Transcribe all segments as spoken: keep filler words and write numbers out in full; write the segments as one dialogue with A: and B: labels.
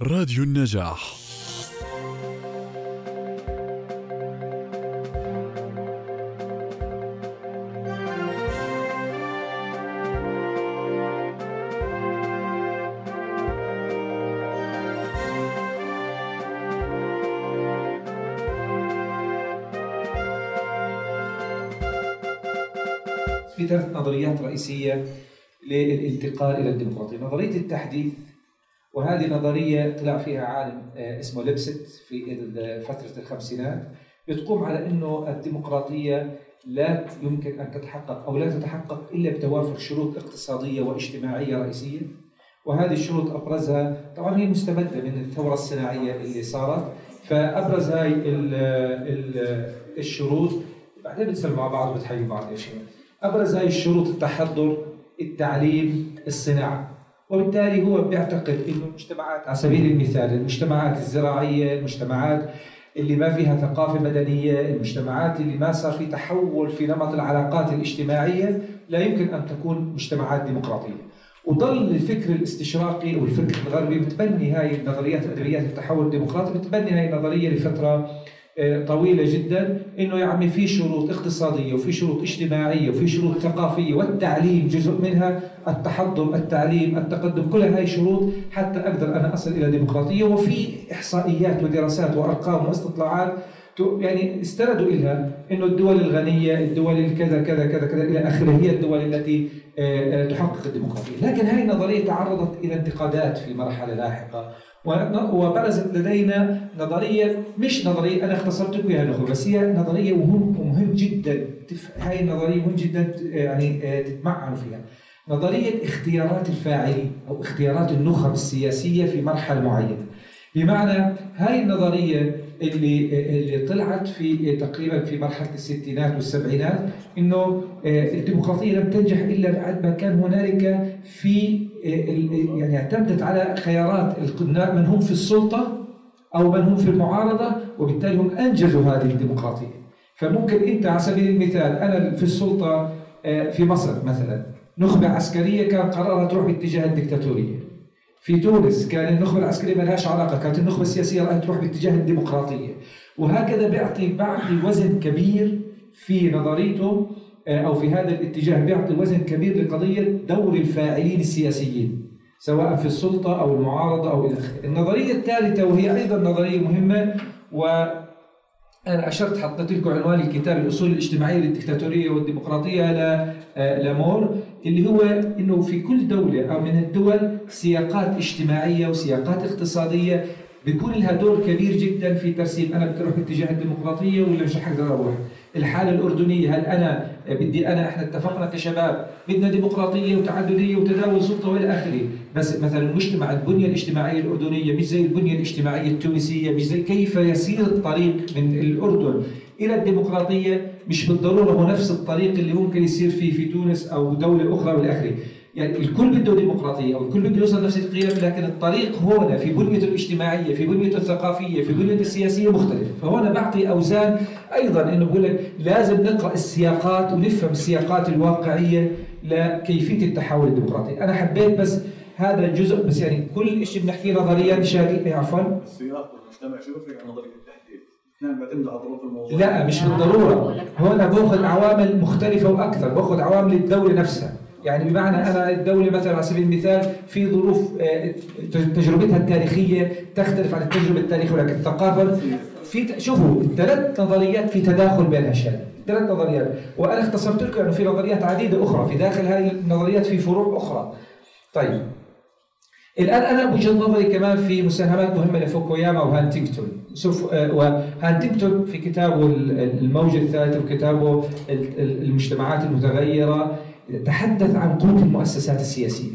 A: راديو النجاح.
B: في ثلاث نظريات رئيسية للانتقال إلى الديمقراطية. نظرية التحديث، وهذه نظرية طلع فيها عالم اسمه ليبست في فترة الخمسينات، بتقوم على أنه الديمقراطية لا يمكن أن تتحقق أو لا تتحقق إلا بتوافر شروط اقتصادية واجتماعية رئيسية. وهذه الشروط أبرزها، طبعا هي مستمدة من الثورة الصناعية اللي صارت، فأبرز هاي الشروط. بعدين بنسلم مع بعض وبتحيي بعض يا شباب. أبرز هاي الشروط: التحضر، التعليم، الصناعة. وبالتالي هو بيعتقد إنه المجتمعات، على سبيل المثال المجتمعات الزراعية، المجتمعات اللي ما فيها ثقافة مدنية، المجتمعات اللي ما صار في تحول في نمط العلاقات الاجتماعية، لا يمكن أن تكون مجتمعات ديمقراطية. وظل الفكر الاستشراقي والفكر الغربي بتبني هاي النظريات، أدبيات التحول الديمقراطي بتبني هاي النظرية لفترة طويلة جدا، إنه يعني في شروط اقتصادية وفي شروط اجتماعية وفي شروط ثقافية، والتعليم جزء منها، التحضر، التعليم، التقدم، كل هاي شروط حتى أقدر أنا أصل إلى ديمقراطية. وفي إحصائيات ودراسات وأرقام واستطلاعات يعني استندوا إلها إنه الدول الغنية، الدول الكذا كذا كذا كذا إلى آخره، هي الدول التي تحقق الديمقراطية. لكن هاي النظرية تعرضت إلى انتقادات في مرحلة لاحقة، وبرزت لدينا نظرية، مش نظرية أنا اختصرت لكم إياها نخبة، بس هي نظرية مهم ومهم جدا. هاي النظرية مهم جدا يعني تتمعنوا فيها. نظرية اختيارات الفاعلين أو اختيارات النخب السياسية في مرحلة معينة. بمعنى هاي النظرية اللي اللي طلعت في تقريبا في مرحلة الستينات والسبعينات، إنه الديمقراطية لم تنجح إلا بعد ما كان هنالك في يعني اعتمدت على خيارات من هم في السلطة أو من هم في المعارضة، وبالتالي هم أنجزوا هذه الديمقراطية. فممكن أنت على سبيل المثال، أنا في السلطة في مصر مثلا، نخبة عسكرية كان قرارها تروح باتجاه الدكتاتورية. في تونس كان النخبة العسكرية ما لهاش علاقة، كانت النخبة السياسية رأيها تروح باتجاه الديمقراطية. وهكذا بيعطي بعطي وزن كبير في نظريته، أو في هذا الاتجاه بيعطي وزن كبير لقضية دور الفاعلين السياسيين سواء في السلطة أو المعارضة أو إلى آخره. النظرية الثالثة، وهي أيضا نظرية مهمة، وأنا أشرت حطيت لكم عنوان الكتاب الأصول الاجتماعية للدكتاتورية والديمقراطية لامور، اللي هو إنه في كل دولة أو من الدول سياقات اجتماعية وسياقات اقتصادية بيكون لها دور كبير جدا في ترسيم أنا بدي أروح باتجاه الديمقراطية ولا مش حقدر أروح. الحالة الأردنية، هل أنا بدي أنا إحنا اتفقنا كشباب بدنا ديمقراطية وتعددية وتداول سلطة وإلى آخره، بس مثلا المجتمع البنية الاجتماعية الأردنية مش زي البنية الاجتماعية التونسية، مش زي كيف يسير الطريق من الأردن إلى الديمقراطية مش بالضرورة هو نفس الطريق اللي ممكن يصير فيه في تونس أو دولة أخرى وإلى آخره. يعني الكل بده ديمقراطية أو الكل بده يوصل نفس القيم، لكن الطريق هنا في بنيته الاجتماعية، في بنيته الثقافية، في بنيته السياسية مختلف. فهنا بعطي أوزان أيضا، إنه بقول لك لازم نقرأ السياقات ونفهم السياقات الواقعية لكيفية التحول الديمقراطي. أنا حبيت بس هذا الجزء، بس يعني كل شيء بنحكيه نظريات شادية. عفوا،
C: السياق والمجتمع شو بفرق عن نظرية التحديث؟ اثنين بيعتمدوا على ظروف الموضوع.
B: لا مش بالضرورة، هنا باخذ عوامل مختلفة وأكثر، باخذ عوامل الدولة نفسها. يعني بمعنى أنا الدولة مثلا على سبيل المثال في ظروف تجربتها التاريخية تختلف عن التجربة التاريخية، ولكن الثقافة في شوفوا الثلاث نظريات في تداخل بينها شادي، ثلاث نظريات، وأنا اختصرت لكم أنه في نظريات عديدة أخرى في داخل هذه النظريات، في فروع أخرى. طيب الآن أنا بوجهة نظري كمان في مساهمات مهمة لفوكوياما وهانتينغتون. وهانتينغتون في كتابه الموجة الثالثة وكتابه المجتمعات المتغيرة تحدث عن قوة المؤسسات السياسية،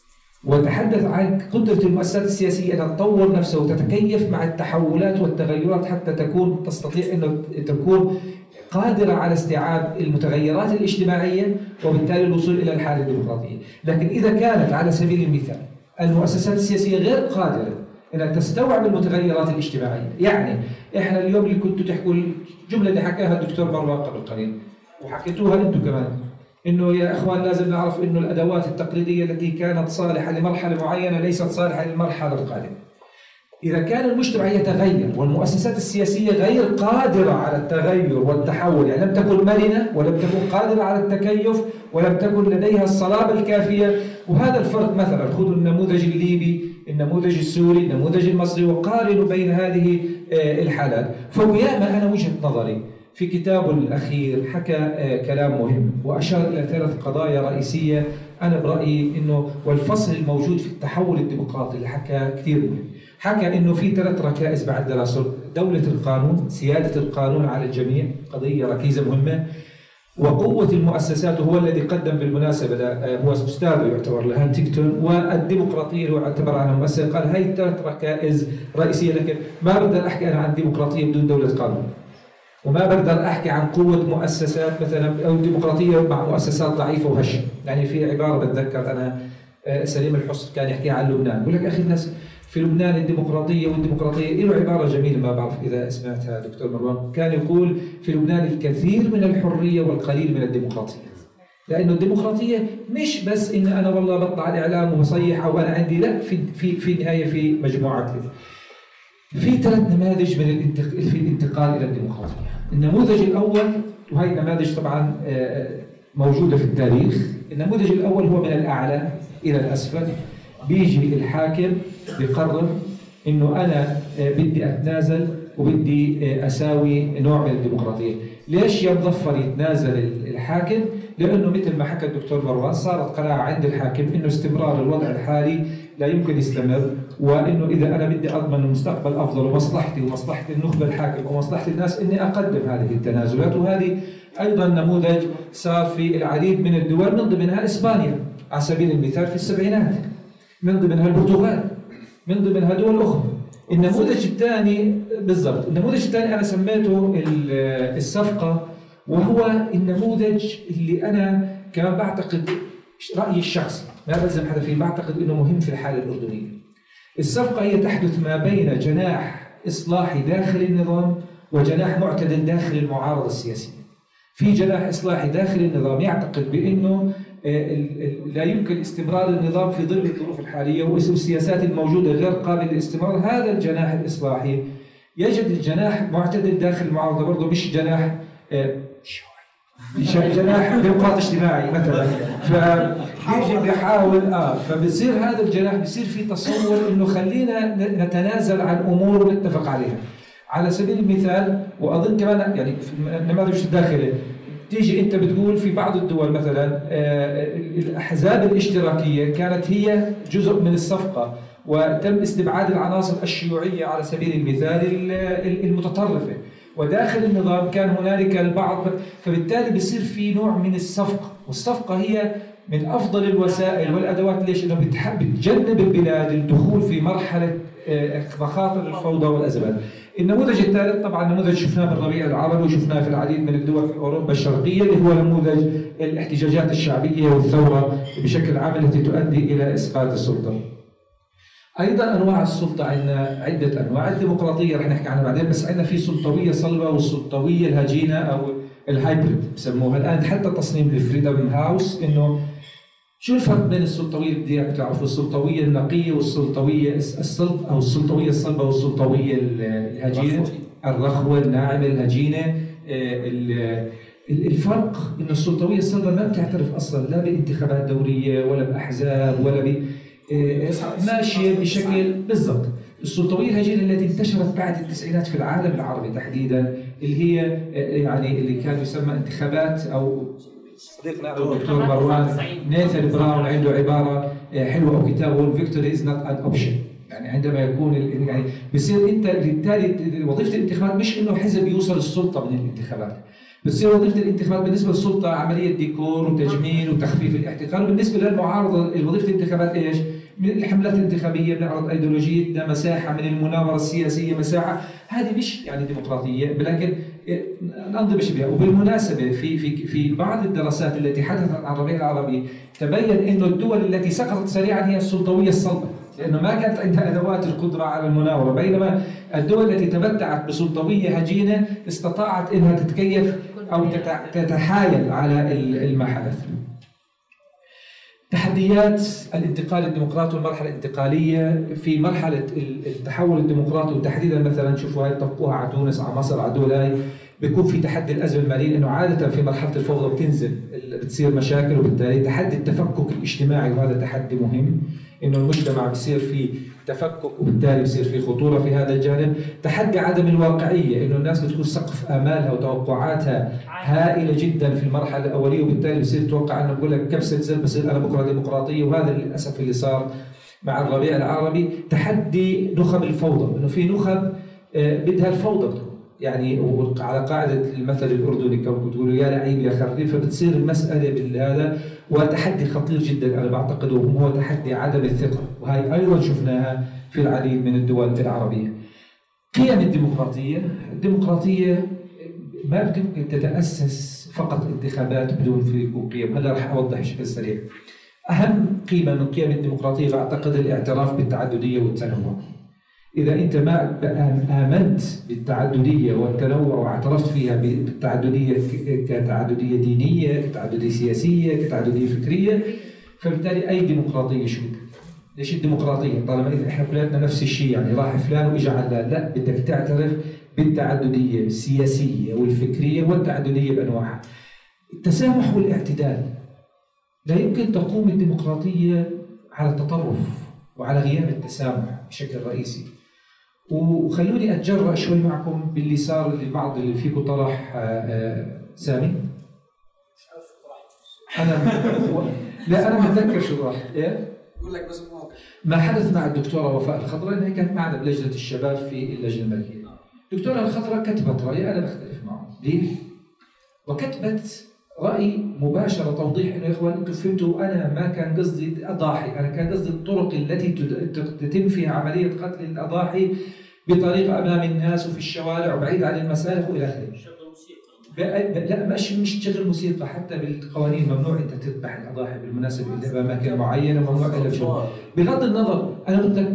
B: وتحدث عن قدرة المؤسسات السياسية أن تطور نفسها وتتكيف مع التحولات والتغيرات حتى تكون تستطيع أن تكون قادرة على استيعاب المتغيرات الاجتماعية وبالتالي الوصول إلى الحالة الديمقراطية. لكن إذا كانت على سبيل المثال المؤسسات السياسية غير قادرة أن تستوعب المتغيرات الاجتماعية، يعني إحنا اليوم اللي كنتوا تحكوا الجملة اللي حكاها الدكتور مروان قبل قليل وحكيتوها أنتم كمان، إنه يا إخوان لازم نعرف إنه الأدوات التقليدية التي كانت صالحة لمرحلة معينة ليست صالحة للمرحلة القادمة. إذا كان المجتمع يتغير والمؤسسات السياسية غير قادرة على التغير والتحول، يعني لم تكن مرنة ولم تكن قادرة على التكيف ولم تكن لديها الصلابة الكافية. وهذا الفرق، مثلا خذوا النموذج الليبي، النموذج السوري، النموذج المصري، وقارنوا بين هذه الحالات. فوياما أنا وجهة نظري في كتابه الأخير حكى كلام مهم وأشار إلى ثلاث قضايا رئيسية أنا برأيي إنه، والفصل الموجود في التحول الديمقراطي اللي حكى كثير مهم. حكى إنه في ثلاث ركائز بعد دراسة: دولة القانون، سيادة القانون على الجميع، قضية ركيزة مهمة، وقوة المؤسسات، وهو الذي قدم بالمناسبة هو أستاذه يعتبر لهانتينغتون، والديمقراطية هو اعتبر عنها مؤسسة. قال هاي الثلاث ركائز رئيسية، لكن ما بقدر أحكي أنا عن ديمقراطية بدون دولة قانون، وما بقدر أحكي عن قوة مؤسسات مثلا أو ديمقراطية مع مؤسسات ضعيفة وهشة. يعني في عبارة بتذكر أنا سليم الحصر كان يحكيها عن لبنان، يقول لك أخي الناس في لبنان الديمقراطية والديمقراطية، له عبارة جميلة ما بعرف إذا سمعتها دكتور مروان، كان يقول في لبنان الكثير من الحرية والقليل من الديمقراطية. لأنه الديمقراطية مش بس إن أنا والله بطلع على الإعلام وبصيح أو أنا عندي، لا، في في في النهاية في مجموعة كثير. في ثلاث نماذج من الانتقال في الانتقال إلى الديمقراطية. النموذج الأول، وهي النماذج طبعا موجودة في التاريخ، النموذج الأول هو من الأعلى إلى الأسفل. بيجي الحاكم بيقرر إنه أنا بدي أتنازل وبدي أساوي نوع من الديمقراطية. ليش يا مظفر يتنازل الحاكم؟ لأنه مثل ما حكى الدكتور مروان صارت قناعة عند الحاكم إنه استمرار الوضع الحالي لا يمكن يستمر، وإنه إذا أنا بدي أضمن المستقبل أفضل ومصلحتي ومصلحة النخبة الحاكم ومصلحة الناس إني أقدم هذه التنازلات. وهذه أيضا نموذج صار في العديد من الدول، من ضمنها إسبانيا على سبيل المثال في السبعينات، من ضمنها البرتغال، من ضمنها دول أخرى. النموذج الثاني بالضبط، النموذج الثاني أنا سميته الصفقة، وهو النموذج اللي أنا كمان بعتقد رأيي الشخصي ما بلزم حدا فيه، بعتقد إنه مهم في الحالة الأردنية. الصفقة هي تحدث ما بين جناح إصلاحي داخل النظام وجناح معتدل داخل المعارضة السياسية. في جناح إصلاحي داخل النظام يعتقد بأنه لا يمكن استمرار النظام في ظل الظروف الحالية والسياسات الموجودة غير قابلة للاستمرار. هذا الجناح الإصلاحي يجد الجناح معتدل داخل المعارضة، برضه مش جناح جناح ديمقراطي اجتماعي مثلا، فبيجي بيحاول اه فبصير هذا الجناح بصير في تصور انه خلينا نتنازل عن امور نتفق عليها. على سبيل المثال، واظن كمان يعني في النماذج الداخلي تيجي انت بتقول في بعض الدول مثلا الاحزاب الاشتراكيه كانت هي جزء من الصفقه، وتم استبعاد العناصر الشيوعيه على سبيل المثال المتطرفه، وداخل النظام كان هنالك البعض، فبالتالي بيصير في نوع من الصفقه، والصفقه هي من افضل الوسائل والادوات. ليش؟ انه بتجنب البلاد الدخول في مرحله مخاطر الفوضى والازمات. النموذج الثالث طبعا نموذج شفناه بالربيع العربي وشفناه في العديد من الدول في اوروبا الشرقيه، اللي هو نموذج الاحتجاجات الشعبيه والثوره بشكل عام التي تؤدي الى اسقاط السلطه. ايضا انواع السلطه عندنا عده انواع، الديمقراطيه رح نحكي عنها بعدين، بس عندنا في سلطويه صلبه والسلطويه الهجينه او الهايبريد بسموها الان. حتى تصميم الفريدم هاوس انه شو الفرق بين السلطويه اللي بدي اياكم تعرفوا، السلطويه النقيه والسلطويه الصلب او السلطويه الصلبه والسلطويه الهجينه، الرخوه الناعمه الهجينه. الفرق انه السلطويه الصلبه ما بتعترف اصلا لا بانتخابات دوريه ولا باحزاب ولا ب ماشيه بشكل بالضبط. السلطويه الهجينه التي انتشرت بعد التسعينات في العالم العربي تحديدا، اللي هي يعني اللي كان يسمى انتخابات، او صديقنا الدكتور مروان ناثر براون عنده عباره حلوه او كتابه "Victory is not an option". يعني عندما يكون يعني بصير انت بالتالي وظيفه الانتخابات مش انه حزب يوصل السلطه من الانتخابات، بتصير وظيفه الانتخابات بالنسبه للسلطه عمليه ديكور وتجميل وتخفيف الاحتقان، وبالنسبه للمعارضه وظيفه الانتخابات ايش؟ من الحملات الانتخابيه بنعرض ايديولوجيتنا، مساحه من المناوره السياسيه، مساحه هذه مش يعني ديمقراطيه، ولكن ننضبش بها. وبالمناسبه في في في بعض الدراسات التي حدثت عن الربيع العربي تبين انه الدول التي سقطت سريعا هي السلطويه الصلبه، لانه ما كانت عندها ادوات القدره على المناوره، بينما الدول التي تمتعت بسلطويه هجينه استطاعت انها تتكيف او تتحايل على ما حدث. تحديات الانتقال الديمقراطي والمرحلة الانتقالية. في مرحلة التحول الديمقراطي وتحديدا مثلا شوفوا هاي طبقوها على تونس على مصر على دول، بيكون في تحدي الأزمة المالية، إنه عادة في مرحلة الفوضى بتنزل بتصير مشاكل، وبالتالي تحدي التفكك الاجتماعي، وهذا تحدي مهم، إنه المجتمع بصير فيه تفكك وبالتالي بصير فيه خطورة في هذا الجانب. تحدي عدم الواقعية، إنه الناس بتكون سقف آمالها وتوقعاتها هائلة جدا في المرحلة الأولية، وبالتالي بصير تتوقع أنه بقول لك كبسة زر بصير أنا بكرة ديمقراطية، وهذا للأسف اللي صار مع الربيع العربي. تحدي نخب الفوضى، إنه في نخب بدها الفوضى يعني، وعلى قاعدة المثل الأردني كما بتقولوا يا لعيب يا خريف، فبتصير المسألة بالهذا. وتحدي خطير جدا أنا بعتقده هو تحدي عدم الثقة، وهي أيضا شفناها في العديد من الدول العربية. قيم الديمقراطية، الديمقراطية ما بتمكن تتأسس فقط انتخابات بدون في قيم. هلا رح أوضح بشكل سريع. أهم قيمة من قيم الديمقراطية بعتقد الاعتراف بالتعددية والتنوع. إذا أنت ما آمنت بالتعددية والتنوع واعترفت فيها بالتعددية كتعددية دينية، كتعددية سياسية، كتعددية فكرية، فبالتالي أي ديمقراطية شو بدك؟ ليش الديمقراطية؟ طالما إذا إحنا كلنا نفس الشيء، يعني راح فلان وإجا علان، لا، بدك تعترف بالتعددية السياسية والفكرية والتعددية بأنواعها. التسامح والاعتدال. لا يمكن تقوم الديمقراطية على التطرف وعلى غياب التسامح بشكل رئيسي. وخلوني أتجرأ شوي معكم باللي صار لبعض اللي فيكم طرح سامي. أنا لا أنا متذكر شو طرح إيه؟
A: بقول لك بس
B: ما حدث مع الدكتورة وفاء الخضراء، إنها كانت معنا بلجنة الشباب في اللجنة الملكية. الدكتورة الخضراء كتبت رأي أنا بختلف معه، ليه؟ وكتبت رأي مباشرة توضيح إنه يا إخوان أنتم فهمتوا، أنا ما كان قصدي أضاحي، أنا كان قصدي الطرق التي تتم فيها عملية قتل الأضاحي بطريقة أمام الناس وفي الشوارع وبعيد عن المسالخ وإلى آخره. لا مش مش تشغل موسيقى، حتى بالقوانين ممنوع أنت تذبح الأضاحي بالمناسبة إلا بأماكن معينة، ممنوع إلا بشغل. بغض النظر أنا قلت لك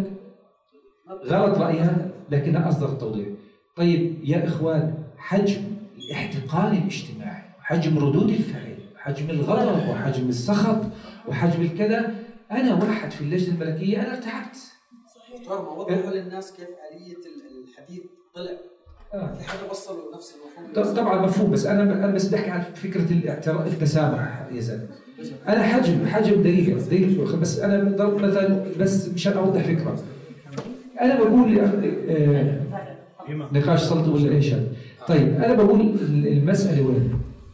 B: غلط رأيها لكن أصدر التوضيح. طيب يا إخوان، حجم الاحتقان الاجتماعي، حجم ردود الفعل، حجم الغضب وحجم السخط وحجم الكذا، أنا واحد في اللجنة الملكية أنا ارتعبت.
A: صحيح. دكتور ما وضحوا للناس كيف آلية الحديث طلع آه. في حاجة وصلوا نفس المفهوم.
B: طبعا مفهوم، بس أنا أنا بس بحكي عن فكرة الاعتراف التسامح يا زلمة. أنا حجم حجم دقيقة دقيقة بس أنا ضرب مثلا بس مشان أوضح فكرة. أنا بقول آه نقاش سلطة ولا إيش هذا؟ طيب أنا بقول المسألة وين؟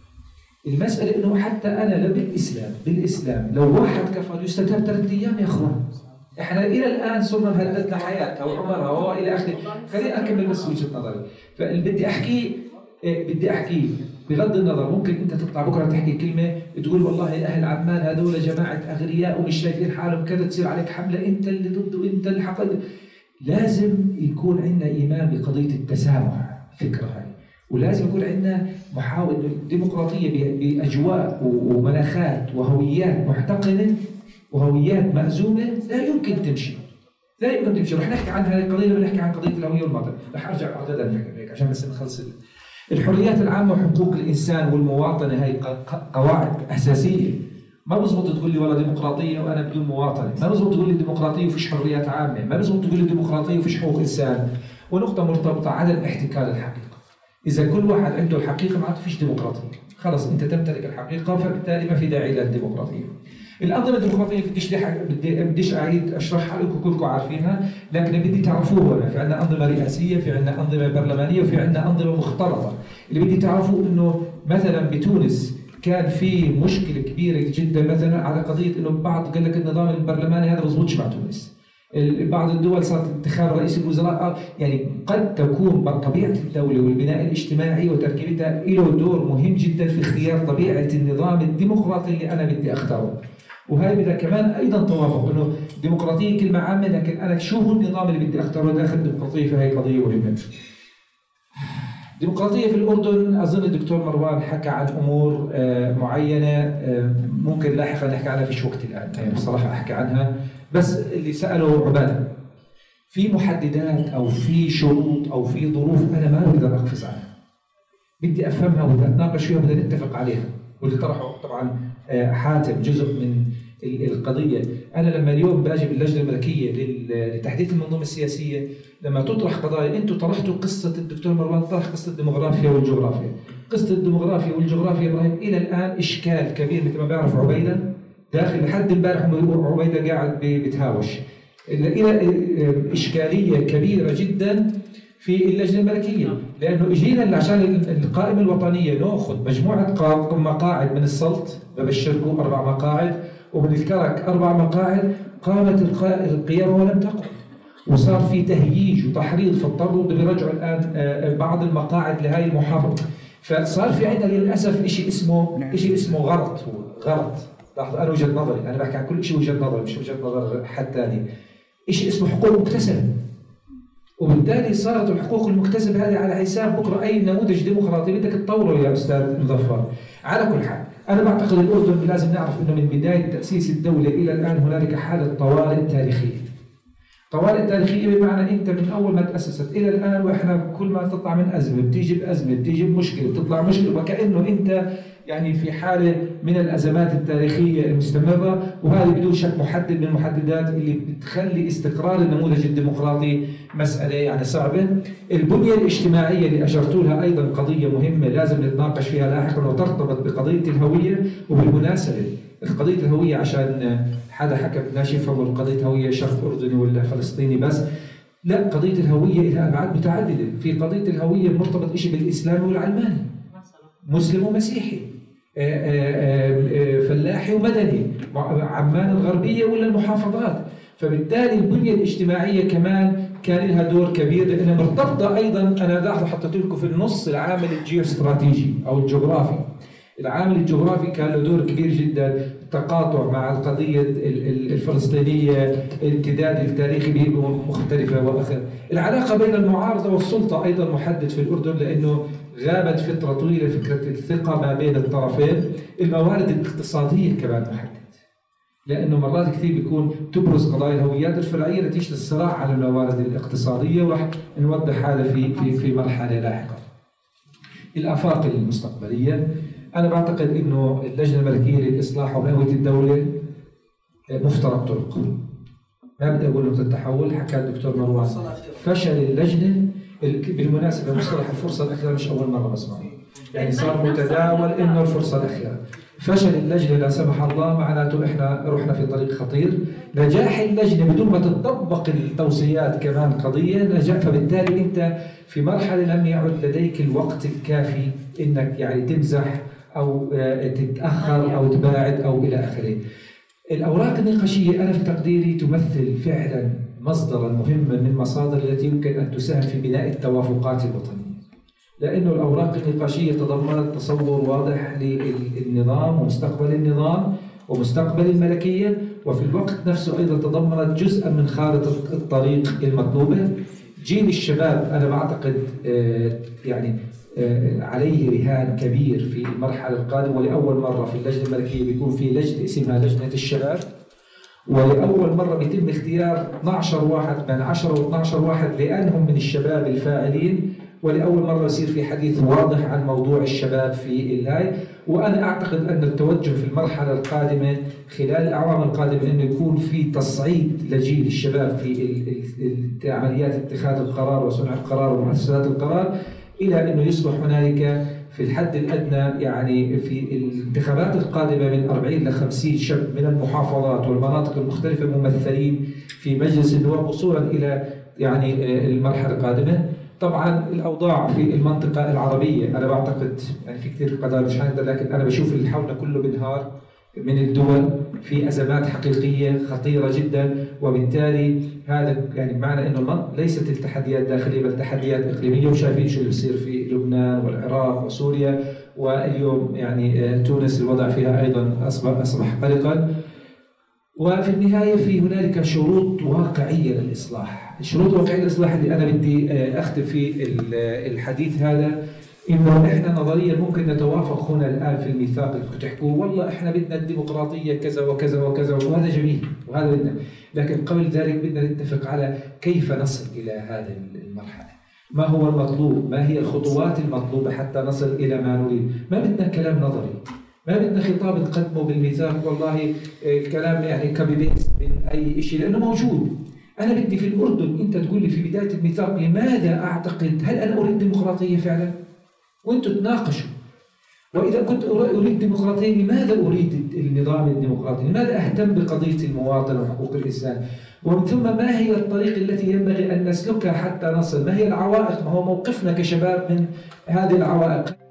B: المسألة إنه حتى أنا بالإسلام بالإسلام لو واحد كفر يستتاب ثلاثة أيام يا أخوان. إحنا إلى الآن صرنا بهالأدنى حياتها وعمرها وإلى آخره. خليني أكمل بس وجهة نظري. فاللي بدي أحكيه بدي أحكيه بغض النظر، ممكن أنت تطلع بكرة تحكي كلمة تقول والله أهل عمان هذول جماعة أغنياء ومش شايفين حالهم كذا، تصير عليك حملة أنت اللي ضد وأنت اللي حقد. لازم يكون عندنا إيمان بقضية التسامح، فكرة هاي، ولازم يكون عندنا محاولة ديمقراطية بأجواء ومناخات وهويات محتقنة وهويات مأزومة لا يمكن تمشي لا يمكن تمشي. رح نحكي عن هذه القضية، بنحكي عن قضية الهوية والمواطنة، رح أرجع عددا نحكي هيك عشان بس نخلص. الحريات العامة وحقوق الإنسان والمواطنة هاي قواعد أساسية. ما بزبط تقول لي والله ديمقراطية وأنا بدون مواطنة، ما بزبط تقول لي ديمقراطية وفيش حريات عامة، ما بزبط تقول لي ديمقراطية وفيش حقوق إنسان. ونقطة مرتبطة عدم احتكار الحقيقة. إذا كل واحد عنده الحقيقة ما عاد فيش ديمقراطية، خلص أنت تمتلك الحقيقة فبالتالي ما في داعي للديمقراطية. الأنظمة الديمقراطية بديش بدي بديش أعيد أشرحها لكم كلكم عارفينها، لكن بدي تعرفوها. في عندنا أنظمة رئاسية، في عندنا أنظمة برلمانية، وفي عندنا أنظمة مختلطة. اللي بدي تعرفوا إنه مثلا بتونس كان في مشكلة كبيرة جدا مثلا على قضية إنه بعض قال لك النظام البرلماني هذا مزبوطش مع تونس. بعض الدول صارت انتخاب رئيس الوزراء، يعني قد تكون طبيعة الدولة والبناء الاجتماعي وتركيبتها له دور مهم جدا في اختيار طبيعة النظام الديمقراطي اللي أنا بدي أختاره. وهي بدها كمان أيضا توافق، إنه الديمقراطية كلمة عامة لكن أنا شو هو النظام اللي بدي أختاره داخل الديمقراطية، فهي قضية مهمة. الديمقراطية في الأردن أظن الدكتور مروان حكى عن أمور معينة ممكن لاحقا نحكي عنها، فيش وقت الآن يعني بصراحة أحكي عنها، بس اللي سأله عبادة في محددات أو في شروط أو في ظروف أنا ما بقدر أقفز عنها، بدي أفهمها وبدي أتناقش فيها وبدي نتفق عليها. واللي طرحه طبعا حاتم جزء من القضية. أنا لما اليوم باجي باللجنة الملكية لتحديث المنظومة السياسية، لما تطرح قضايا، أنتم طرحتوا قصة الدكتور مروان طرح قصة الديموغرافيا والجغرافيا. قصة الديموغرافيا والجغرافيا إبراهيم إلى الآن إشكال كبير، مثل ما بيعرف عبيدة داخل لحد امبارح عبيدة قاعد بيتهاوش، إلى إشكالية كبيرة جدا في اللجنة الملكية، لأنه إجينا عشان القائمة الوطنية نأخذ مجموعة مقاعد من السلط، ببشركم أربع مقاعد، ومن الكرك أربع مقاعد، قامت القيامة ولم تقم، وصار في تهييج وتحريض، فاضطروا بيرجعوا الآن بعض المقاعد لهاي المحافظة. فصار في عندنا للأسف شيء اسمه شيء اسمه غلط. غلط لاحظ، أنا وجهة نظري، أنا بحكي عن كل شيء وجهة نظري مش وجهة نظر حد ثاني. شيء اسمه حقوق مكتسبة، وبالتالي صارت الحقوق المكتسبة هذه على حساب بكرة أي نموذج ديمقراطي بدك تطوره يا أستاذ مظفر. على كل حال أنا بعتقد الأردن لازم نعرف أنه من بداية تأسيس الدولة إلى الآن هنالك حالة طوارئ تاريخية. طوارئ تاريخية بمعنى أنت من أول ما تأسست إلى الآن، وإحنا كل ما تطلع من أزمة بتيجي بأزمة، بتيجي بمشكلة بتطلع مشكلة، وكأنه أنت يعني في حالة من الأزمات التاريخية المستمرة، وهذه بدون شك محدد من المحددات اللي بتخلي استقرار النموذج الديمقراطي مسألة يعني صعبة. البنية الاجتماعية اللي أشرت لها أيضا قضية مهمة لازم نتناقش فيها لاحقا، وترتبط بقضية الهوية. وبالمناسبة قضية الهوية، عشان حدا حكى بدناش يفهم قضية الهوية شرق أردني ولا فلسطيني بس، لا، قضية الهوية لها أبعاد متعددة. في قضية الهوية مرتبط شيء بالإسلامي والعلماني، مسلم ومسيحي، فلاحي ومدني، عمان الغربية ولا المحافظات. فبالتالي البنية الاجتماعية كمان كان لها دور كبير، لأنها مرتبطة أيضا. أنا لاحظوا حطيت لكم في النص العامل الجيوستراتيجي أو الجغرافي. العامل الجغرافي كان له دور كبير جدا، التقاطع مع القضية الفلسطينية، الامتداد التاريخي مختلفة وآخر. العلاقة بين المعارضة والسلطة أيضا محدد في الأردن، لأنه غابت فترة طويلة فكرة الثقة ما بين الطرفين. الموارد الاقتصادية كمان محدد، لأنه مرات كثير بيكون تبرز قضايا الهويات الفرعية نتيجة الصراع على الموارد الاقتصادية، وراح نوضح هذا في في في مرحلة لاحقة. الآفاق المستقبلية، أنا بعتقد إنه اللجنة الملكية للإصلاح وهوية الدولة مفترض طرق. ما بدي أقول نقطة التحول، حكى الدكتور مروان فشل اللجنة. بالمناسبة مصطلح الفرصة الأخيرة مش أول مرة بسمعه، يعني صار متداول إنه الفرصة الأخيرة. فشل اللجنة لا سمح الله معناته إحنا رحنا في طريق خطير. نجاح اللجنة بدون ما تطبق التوصيات كمان قضية نجاح، فبالتالي أنت في مرحلة لم يعد لديك الوقت الكافي إنك يعني تمزح أو تتأخر أو تباعد أو إلى آخره. الأوراق النقاشية أنا في تقديري تمثل فعلا مصدرا مهما من المصادر التي يمكن أن تساهم في بناء التوافقات الوطنية، لأنه الأوراق النقاشية تضمنت تصور واضح للنظام ومستقبل النظام ومستقبل الملكية، وفي الوقت نفسه أيضا تضمنت جزءا من خارطة الطريق المطلوبة. جيل الشباب أنا بعتقد يعني عليه رهان كبير في المرحلة القادمة، ولأول مرة في اللجنة الملكية بيكون في لجنة اسمها لجنة الشباب، ولأول مرة بيتم اختيار اثني عشر واحد بين عشرة و اثني عشر واحد لأنهم من الشباب الفاعلين، ولأول مرة يصير في حديث واضح عن موضوع الشباب في الهاي. وأنا أعتقد أن التوجه في المرحلة القادمة خلال الأعوام القادمة أنه يكون في تصعيد لجيل الشباب في عمليات اتخاذ القرار وصنع القرار ومؤسسات القرار، إلى أنه يصبح هنالك في الحد الأدنى يعني في الانتخابات القادمة من أربعين إلى خمسين شاب من المحافظات والمناطق المختلفة ممثلين في مجلس النواب وصولا إلى يعني المرحلة القادمة. طبعا الأوضاع في المنطقة العربية أنا بعتقد يعني في كثير قضايا مش هنقدر، لكن أنا بشوف اللي حولنا كله بنهار من الدول في أزمات حقيقية خطيرة جدا، وبالتالي هذا يعني بمعنى أنه ليست التحديات داخلية بل تحديات إقليمية، وشايفين شو اللي بيصير في لبنان والعراق وسوريا، واليوم يعني تونس الوضع فيها أيضا أصبح أصبح قلقا. وفي النهاية في هنالك شروط واقعية للإصلاح. الشروط الواقعية للإصلاح اللي أنا بدي أختم في الحديث هذا، إنه إحنا نظريا ممكن نتوافق هنا الآن في الميثاق اللي كنتوا تحكوه، والله إحنا بدنا الديمقراطية كذا وكذا وكذا، وهذا جميل وهذا بدنا، لكن قبل ذلك بدنا نتفق على كيف نصل إلى هذه المرحلة، ما هو المطلوب، ما هي الخطوات المطلوبة حتى نصل إلى ما نريد. ما بدنا كلام نظري، ما بدنا خطاب نقدمه بالميثاق والله الكلام يعني كوبي بيست من أي شيء لأنه موجود. أنا بدي في الأردن أنت تقول لي في بداية الميثاق لماذا أعتقد هل أنا أريد ديمقراطية فعلا؟ وأنتم تناقشوا. وإذا كنت أريد ديمقراطية لماذا أريد النظام الديمقراطي؟ لماذا أهتم بقضية المواطن وحقوق الإنسان؟ ومن ثم ما هي الطريق التي ينبغي أن نسلكها حتى نصل؟ ما هي العوائق؟ ما هو موقفنا كشباب من هذه العوائق؟